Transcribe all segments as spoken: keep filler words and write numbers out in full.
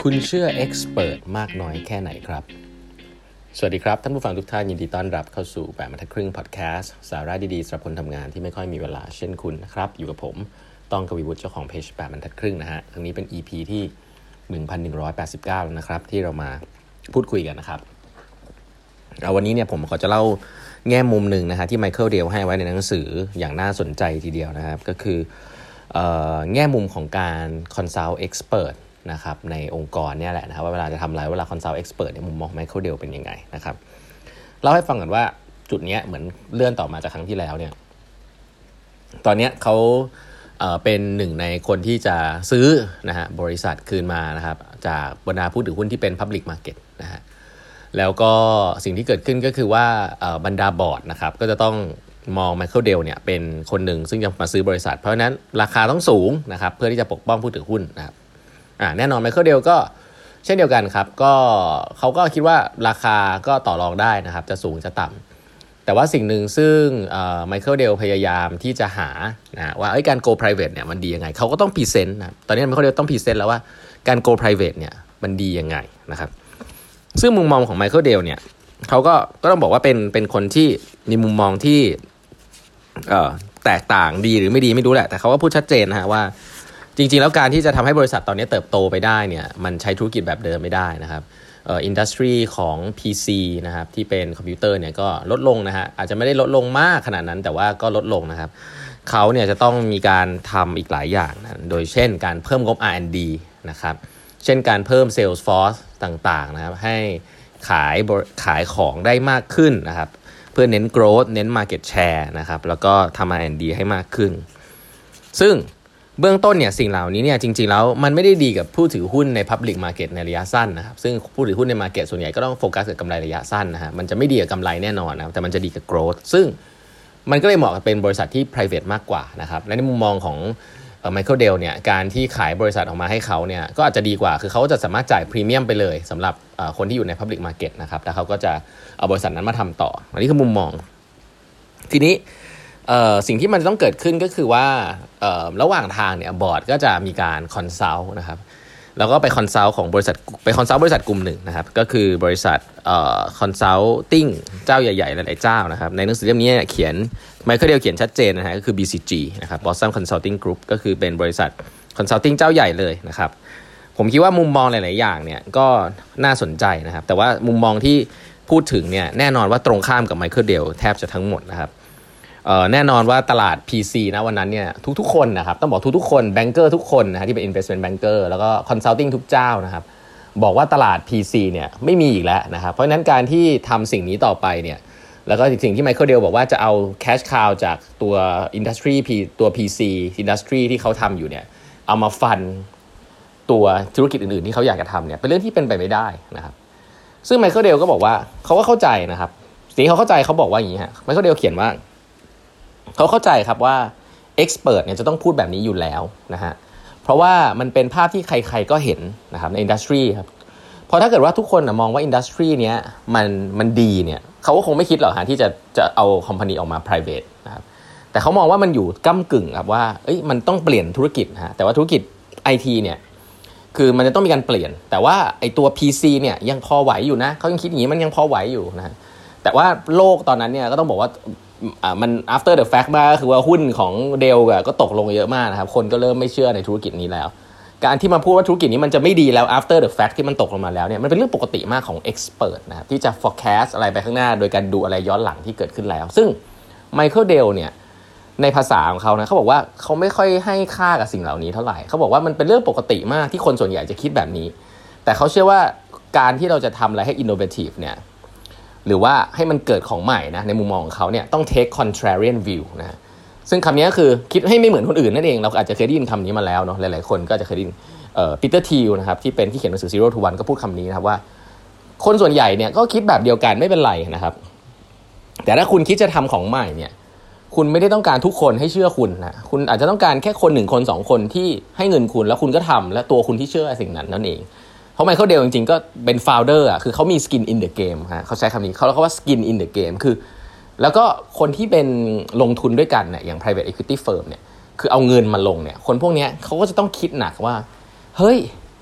คุณเชื่อ expert มากน้อยแค่ไหนครับสวัสดีครับท่านผู้ฟังทุกท่านยินดีต้อนรับเข้าสู่แปดบรรทัดครึ่งพอดแคสต์สาระดีๆสำหรับคนทำงานที่ไม่ค่อยมีเวลาเช่นคุณนะครับอยู่กับผมต้องกวีวุฒิเจ้าของเพจแปดบรรทัดครึ่งนะฮะครั้งนี้เป็น อี พี ที่ หนึ่งพันหนึ่งร้อยแปดสิบเก้า นะครับที่เรามาพูดคุยกันนะครับเอาวันนี้เนี่ยผมขอจะเล่าแง่มุมหนึ่งนะฮะที่ไมเคิลเดลให้ไว้ในหนังสืออย่างน่าสนใจทีเดียวนะครับก็คือเอ่อแง่มุมของการ consult expert นะครับในองค์กรเนี่ยแหละนะครับว่าเวลาจะทำอะไรเวลา consult expert เนี่ยมุมมองไมเคิลเดลเป็นยังไงนะครับเล่าให้ฟังกันว่าจุดนี้เหมือนเลื่อนต่อมาจากครั้งที่แล้วเนี่ยตอนนี้เขาเอ่อเป็นหนึ่งในคนที่จะซื้อนะฮะบริษัทคืนมานะครับจากบรรดาผู้ถือหุ้นที่เป็น public market นะฮะแล้วก็สิ่งที่เกิดขึ้นก็คือว่าบรรดาบอร์ดนะครับก็จะต้องมองไมเคิลเดลเนี่ยเป็นคนหนึ่งซึ่งจะมาซื้อบริษัทเพราะฉะนั้นราคาต้องสูงนะครับเพื่อที่จะปกป้องผู้ถือหุ้นนะครับอ่าแน่นอนไมเคิลเดลก็เช่นเดียวกันครับก็เขาก็คิดว่าราคาก็ต่อรองได้นะครับจะสูงจะต่ำแต่ว่าสิ่งหนึ่งซึ่งไมเคิลเดลพยายามที่จะหานะว่าการ go private เนี่ยมันดียังไงเขาก็ต้องพรีเซนต์นะตอนนี้ไมเคิลเดลต้องพรีเซนต์แล้วว่าการ go private เนี่ยมันดียังไงนะครับซึ่งมุมมองของไมเคิลเดลเนี่ยเขาก็ก็ต้องบอกว่าเป็นเป็นคนที่มีมุมมองที่เอ่อแตกต่างดีหรือไม่ดีไม่รู้แหละแต่เขาก็พูดชัดเจนนะฮะว่าจริงๆแล้วการที่จะทำให้บริษัทตอนนี้เติบโตไปได้เนี่ยมันใช้ธุรกิจแบบเดิมไม่ได้นะครับเอ่ออินดัสทรีของ พี ซี นะครับที่เป็นคอมพิวเตอร์เนี่ยก็ลดลงนะฮะอาจจะไม่ได้ลดลงมากขนาดนั้นแต่ว่าก็ลดลงนะครับเขาเนี่ยจะต้องมีการทำอีกหลายอย่างนะโดยเช่นการเพิ่มงบ อาร์ แอนด์ ดี นะครับเช่นการเพิ่ม Sales Force ต่างๆนะครับให้ขายขายของได้มากขึ้นนะครับเพื่อเน้น growth เน้น market share นะครับแล้วก็ทำ อาร์ แอนด์ ดี ให้มากขึ้นซึ่งเบื้องต้นเนี่ยสิ่งเหล่านี้เนี่ยจริงๆแล้วมันไม่ได้ดีกับผู้ถือหุ้นใน public market ในระยะสั้นนะครับซึ่งผู้ถือหุ้นใน market ส่วนใหญ่ก็ต้องโฟกัสกับกำไรระยะสั้นนะฮะมันจะไม่ดีกับกำไรแน่นอนนะแต่มันจะดีกับ growth ซึ่งมันก็เลยเหมาะกับเป็นบริษัทที่ private มากกว่านะครับและในมุมมองของไมเคิลเดลเนี่ยการที่ขายบริษัทออกมาให้เขาเนี่ยก็อาจจะดีกว่าคือเขาจะสามารถจ่ายพรีเมียมไปเลยสำหรับคนที่อยู่ใน Public Market นะครับแล้วเขาก็จะเอาบริษัทนั้นมาทำต่ออันนี้คือมุมมองทีนี้สิ่งที่มันต้องเกิดขึ้นก็คือว่าระหว่างทางเนี่ยบอร์ดก็จะมีการคอนซัลท์นะครับแล้วก็ไปคอนซัลท์ของบริษัทไปคอนซัลท์บริษัทกลุ่มหนึ่งนะครับก็คือบริษัทคอนซัลติ้งเจ้าใหญ่ๆหลายๆเจ้านะครับในหนังสือเล่มนี้เขียนไมเคิลเดลเขียนชัดเจนนะฮะก็คือ บี ซี จี นะครับ Boston Consulting Group ก็คือเป็นบริษัทคอนซัลติ้งเจ้าใหญ่เลยนะครับผมคิดว่ามุมมองหลายๆอย่างเนี่ยก็น่าสนใจนะครับแต่ว่ามุมมองที่พูดถึงเนี่ยแน่นอนว่าตรงข้ามกับไมเคิลเดลแทบจะทั้งหมดนะครับแน่นอนว่าตลาด พี ซี นะวันนั้นเนี่ยทุกๆคนนะครับต้องบอกทุกๆคนแบงเกอร์ทุกคนนะฮะที่เป็น investment banker แล้วก็คอนซัลติ้งทุกเจ้านะครับบอกว่าตลาด พี ซี เนี่ยไม่มีอีกแล้วนะครับเพราะฉะนั้นการที่ทำสิ่งนี้ต่อไปเนี่ยแล้วก็สิ่งที่ไมเคิลเดลบอกว่าจะเอา cash cow จากตัว industry ตัว พี ซี industry ที่เขาทำอยู่เนี่ยเอามาฟันตัวธุรกิจอื่นๆที่เขาอยากจะทำเนี่ยเป็นเรื่องที่เป็นไปไม่ได้นะครับซึ่งไมเคิลเดลก็บอกว่าเขาก็เข้าใจนะครับสิ่งที่เขาเข้าใจเขาบอกว่าอย่างนี้ฮะไมเคิลเดลเขียนว่าเขาเข้าใจครับว่า expert เนี่ยจะต้องพูดแบบนี้อยู่แล้วนะฮะเพราะว่ามันเป็นภาพที่ใครๆก็เห็นนะครับใน industry ครับพอถ้าเกิดว่าทุกคนนะมองว่า industry เนี้ยมันมันดีเนี่ยเขาก็คงไม่คิดหรอกฮะที่จะจะเอา company ออกมา private นะครับแต่เขามองว่ามันอยู่ก้ำกึ่งครับว่าเอ้ยมันต้องเปลี่ยนธุรกิจฮะแต่ว่าธุรกิจ ไอ ที เนี่ยคือมันจะต้องมีการเปลี่ยนแต่ว่าไอตัว พี ซี เนี่ยยังพอไหวอยู่นะเขายังคิดอย่างนี้มันยังพอไหวอยู่นะแต่ว่าโลกตอนนั้นเนี่ยก็ต้องบอกว่าอ่ามัน after the fact มากก็คือว่าหุ้นของเดลก็ตกลงเยอะมากนะครับคนก็เริ่มไม่เชื่อในธุรกิจนี้แล้วการที่มาพูดว่าธุรกิจนี้มันจะไม่ดีแล้ว after the fact ที่มันตกลงมาแล้วเนี่ยมันเป็นเรื่องปกติมากของ expert นะครับที่จะ forecast อะไรไปข้างหน้าโดยการดูอะไรย้อนหลังที่เกิดขึ้นแล้วซึ่งไมเคิลเดลเนี่ยในภาษาของเขานะเขาบอกว่าเขาไม่ค่อยให้ค่ากับสิ่งเหล่านี้เท่าไหร่เขาบอกว่ามันเป็นเรื่องปกติมากที่คนส่วนใหญ่จะคิดแบบนี้แต่เขาเชื่อว่าการที่เราจะทำอะไรให้ innovative เนี่ยหรือว่าให้มันเกิดของใหม่นะในมุมมองของเขาเนี่ยต้อง take contrarian view นะซึ่งคำนี้ก็คือคิดให้ไม่เหมือนคนอื่นนั่นเองเราอาจจะเคยได้ยินคำนี้มาแล้วเนาะหลายๆคนก็จะเคยได้ยินเอ่อปีเตอร์ทีลนะครับที่เป็นที่เขียนหนังสือ Zero to One ก็พูดคำนี้นะครับว่าคนส่วนใหญ่เนี่ยก็คิดแบบเดียวกันไม่เป็นไรนะครับแต่ถ้าคุณคิดจะทำของใหม่เนี่ยคุณไม่ได้ต้องการทุกคนให้เชื่อคุณนะคุณอาจจะต้องการแค่คนหนึ่งคนสองคนที่ให้เงินคุณแล้วคุณก็ทำและตัวคุณที่เชื่อสิ่งนั้นนั่นเองเพราะไมเคิลเดลจริงๆก็เป็น founder อ่ะคือเขามี skin in the game ฮะเขาใช้คำนี้เขาเรียกว่า skin in the game คือแล้วก็คนที่เป็นลงทุนด้วยกันเนี่ยอย่าง private equity firm เนี่ยคือเอาเงินมาลงเนี่ยคนพวกนี้เขาก็จะต้องคิดหนักว่าเฮ้ย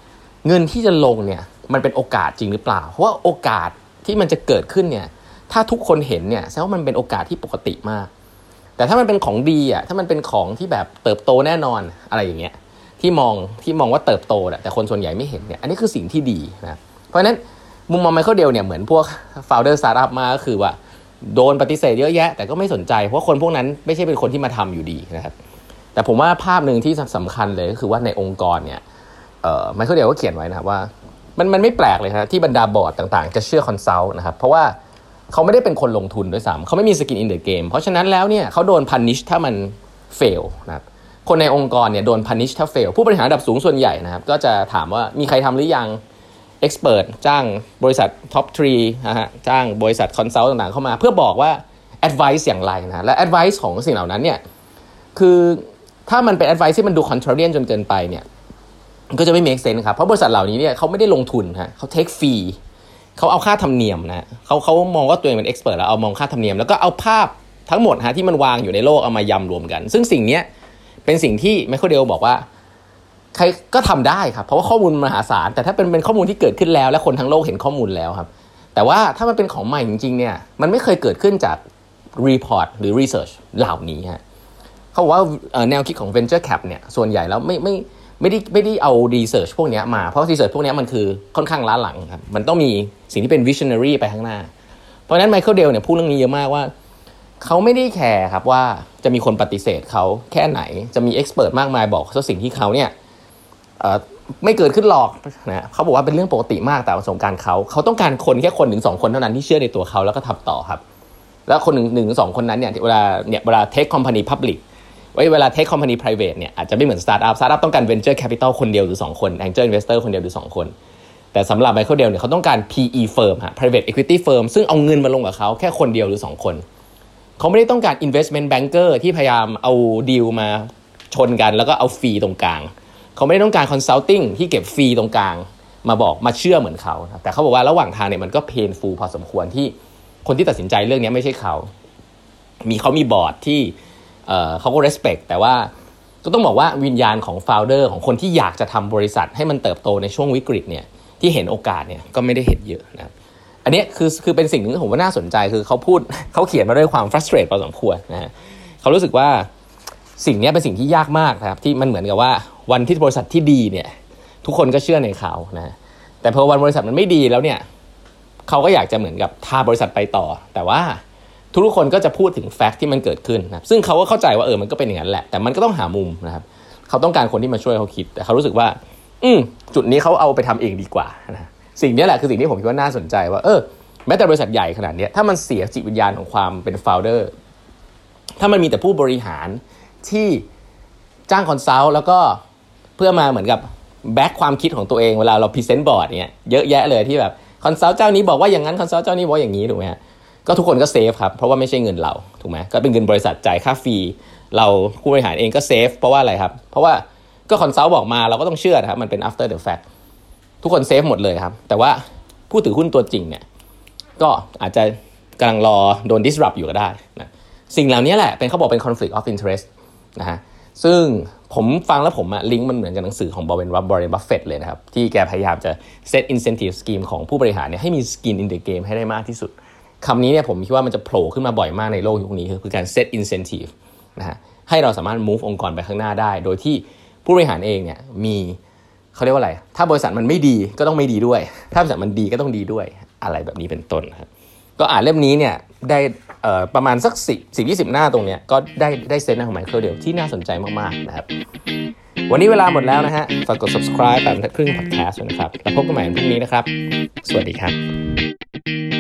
เงินที่จะลงเนี่ยมันเป็นโอกาสจริงหรือเปล่าเพราะว่าโอกาสที่มันจะเกิดขึ้นเนี่ยถ้าทุกคนเห็นเนี่ยแสดงว่ามันเป็นโอกาสที่ปกติมากแต่ถ้ามันเป็นของดีอ่ะถ้ามันเป็นของที่แบบเติบโตแน่นอนอะไรอย่างเงี้ยที่มองที่มองว่าเติบโตแต่คนส่วนใหญ่ไม่เห็นเนี่ยอันนี้คือสิ่งที่ดีนะเพราะฉะนั้นมุมมองไมเคิลเดลเนี่ยเหมือนพวก founder startup มาก็คือว่าโดนปฏิเสธเยอะแยะแต่ก็ไม่สนใจเพราะคนพวกนั้นไม่ใช่เป็นคนที่มาทำอยู่ดีนะครับแต่ผมว่าภาพหนึ่งที่สำคัญเลยก็คือว่าในองค์กรเนี่ยเอ่อไมเคิลเดลก็เขียนไว้นะครับว่ามันมันไม่แปลกเลยครับที่บรรดาบอร์ดต่างๆจะเชื่อคอนซัลท์นะครับเพราะว่าเขาไม่ได้เป็นคนลงทุนด้วยซ้ำเขาไม่มีสกินอินเดอะเกมเพราะฉะนั้นแล้วเนี่ยเขาโดนพันิชถ้ามันเฟลนะครับคนในองค์กรเนี่ยโดนพันิชถ้าเฟลผู้บริหารระดับสูงส่วนใหญ่นะครับก็จะถามว่ามีใครทำหรือยังเอ็กซ์เพรสจ้างบริษัทท็อปสามนะฮะจ้างบริษัทคอนซัลท์ต่างๆเข้ามาเพื่อบอกว่าแอดไวซ์อย่างไรนะและแอดไวซ์ของสิ่งเหล่านั้นเนี่ยคือถ้ามันเป็นแอดไวซ์ที่มันดูคอนทราเรียนจนเกินไปเนี่ยก็จะไม่ make sense ครับเพราะบริษัทเหล่านี้เนี่ยเขาไม่ได้ลงทุนฮะเขาเทคฟรีเขาเอาค่าธรรมเนียมนะเขาเขามองว่าตัวเองเป็นเอ็กซ์เพรสแล้วเอามองค่าธรรมเนียมแล้วก็เอาภาพทั้งหมดฮะที่มันวางอยู่ในโลกเอามายำรวมกันซึ่งสิ่งนี้เป็นสิ่งที่ไมเคิลเดลบอกว่าใครก็ทำได้ครับเพราะว่าข้อมูลมหาศาลแต่ถ้าเป็นเป็นข้อมูลที่เกิดขึ้นแล้วและคนทั้งโลกเห็นข้อมูลแล้วครับแต่ว่าถ้ามันเป็นของใหม่จริงๆเนี่ยมันไม่เคยเกิดขึ้นจากรีพอร์ตหรือรีเสิร์ชเหล่านี้ฮะเขาบอกว่าแนวคิดของ venture cap เนี่ยส่วนใหญ่แล้วไม่ไม่ไม่ได้ไม่ได้เอา research พวกนี้มาเพราะ research พวกนี้มันคือค่อนข้างล้าหลังครับมันต้องมีสิ่งที่เป็น visionary ไปข้างหน้าเพราะฉะนั้นไมเคิลเดลเนี่ยพูดเรื่องนี้เยอะมากว่าเขาไม่ได้แคร์ครับว่าจะมีคนปฏิเสธเขาแค่ไหนจะมี expert มากมายบอกว่าสิ่งที่เขาเนี่ยเอ่อไม่เกิดขึ้นหรอกนะเขาบอกว่าเป็นเรื่องปกติมากแต่ประสบการณ์เขาเขาต้องการคนแค่คนถึงสองคนเท่านั้นที่เชื่อในตัวเขาแล้วก็ทำต่อครับแล้วคนหนึ่งหนึ่งสองคนนั้นเนี่ยเวลาเนี่ยเวลา take company publicไว้เวลา take company private เนี่ยอาจจะไม่เหมือน startup startup ต้องการ venture capital คนเดียวหรือสองคน angel investor คนเดียวหรือสองคนแต่สำหรับ Michael Dell เนี่ยเขาต้องการ พี อี firm ฮะ private equity firm ซึ่งเอาเงินมาลงกับเขาแค่คนเดียวหรือสองคนเขาไม่ได้ต้องการ investment banker ที่พยายามเอาดีลมาชนกันแล้วก็เอาฟรีตรงกลางเขาไม่ได้ต้องการ consulting ที่เก็บฟรีตรงกลางมาบอกมาเชื่อเหมือนเขาแต่เขาบอกว่าระหว่างทางเนี่ยมันก็ painful พอสมควรที่คนที่ตัดสินใจเรื่องนี้ไม่ใช่เขามีเขามีบอร์ดที่เอ่อเขาก็ respect แต่ว่าก็ต้องบอกว่าวิญญาณของ founder ของคนที่อยากจะทำบริษัทให้มันเติบโตในช่วงวิกฤตเนี่ยที่เห็นโอกาสเนี่ยก็ไม่ได้เห็นเยอะนะอันนี้คือคือเป็นสิ่งหนึ่งที่ผมว่าน่าสนใจคือเขาพูดเขาเขียนมาด้วยความ frustrate พอสมควรนะฮะเขารู้สึกว่าสิ่งนี้เป็นสิ่งที่ยากมากนะครับที่มันเหมือนกับว่าวันที่บริษัทที่ดีเนี่ยทุกคนก็เชื่อในเขานะแต่พอวันบริษัทมันไม่ดีแล้วเนี่ยเขาก็อยากจะเหมือนกับพาบริษัทไปต่อแต่ว่าทุกคนก็จะพูดถึงแฟกต์ที่มันเกิดขึ้นนะซึ่งเขาก็เข้าใจว่าเออมันก็เป็นอย่างนั้นแหละแต่มันก็ต้องหามุมนะครับเขาต้องการคนที่มาช่วยเขาคิดแต่เขารู้สึกว่าอืมจุดนี้เขาเอาไปทำเองดีกว่านะสิ่งนี้แหละคือสิ่งที่ผมคิดว่าน่าสนใจว่าเออแม้แต่บริษัทใหญ่ขนาดนี้ถ้ามันเสียจิตวิญญาณของความเป็นโฟลเดอร์ถ้ามันมีแต่ผู้บริหารที่จ้างคอนซัลท์แล้วก็เพื่อมาเหมือนกับแบ็คความคิดของตัวเองเวลาเราพรีเซนต์บอร์ดเนี่ยเยอะแยะเลยที่แบบคอนซัลท์เจ้านี้บอกว่าอย่างนั้นคอนซัลท์เจ้านี้บอกอย่างนี้ถูกไหมฮะก็ทุกคนก็เซฟครับเพราะว่าไม่ใช่เงินเราถูกไหมก็เป็นเงินบริษัทจ่ายค่าฟรีเราผู้บริหารเองก็เซฟเพราะว่าอะไรครับเพราะว่าก็คอนซัลท์บอกมาเราก็ต้องเชื่อนะครับมันเป็น after the fact ทุกคนเซฟหมดเลยครับแต่ว่าผู้ถือหุ้นตัวจริงเนี่ยก็อาจจะกำลังรอโดน disrupt อยู่ก็ได้นะสิ่งเหล่านี้แหละเป็นเขาบอกเป็น conflict of interest นะฮะซึ่งผมฟังแล้วผมอะลิงก์มันเหมือนกับหนังสือของบอเรนบอเรนบัฟเฟตต์เลยนะครับที่แกพยายามจะ set incentive scheme ของผู้บริหารเนี่ยให้มี skin in the game ให้ได้มากที่สุดคำนี้เนี่ยผมคิดว่ามันจะโผล่ขึ้นมาบ่อยมากในโลกยุคนี้คือการ set incentive นะฮะให้เราสามารถ move องค์กรไปข้างหน้าได้โดยที่ผู้บริหารเองเนี่ยมีเขาเรียกว่าอะไรถ้าบริษัทมันไม่ดีก็ต้องไม่ดีด้วยถ้าบริษัทมันดีก็ต้องดีด้วยอะไรแบบนี้เป็นต้นครับก็อ่านเล่มนี้เนี่ยได้เอ่อประมาณสักสิบ สิบ ยี่สิบหน้าตรงเนี้ยก็ได้ได้เซนส์ของไมเคิลเดลที่น่าสนใจมากๆนะครับวันนี้เวลาหมดแล้วนะฮะฝากกด subscribe แบบครึ่ง podcast นะครับแล้วพบกันใหม่พรุ่งนี้นะครับสวัสดีครับ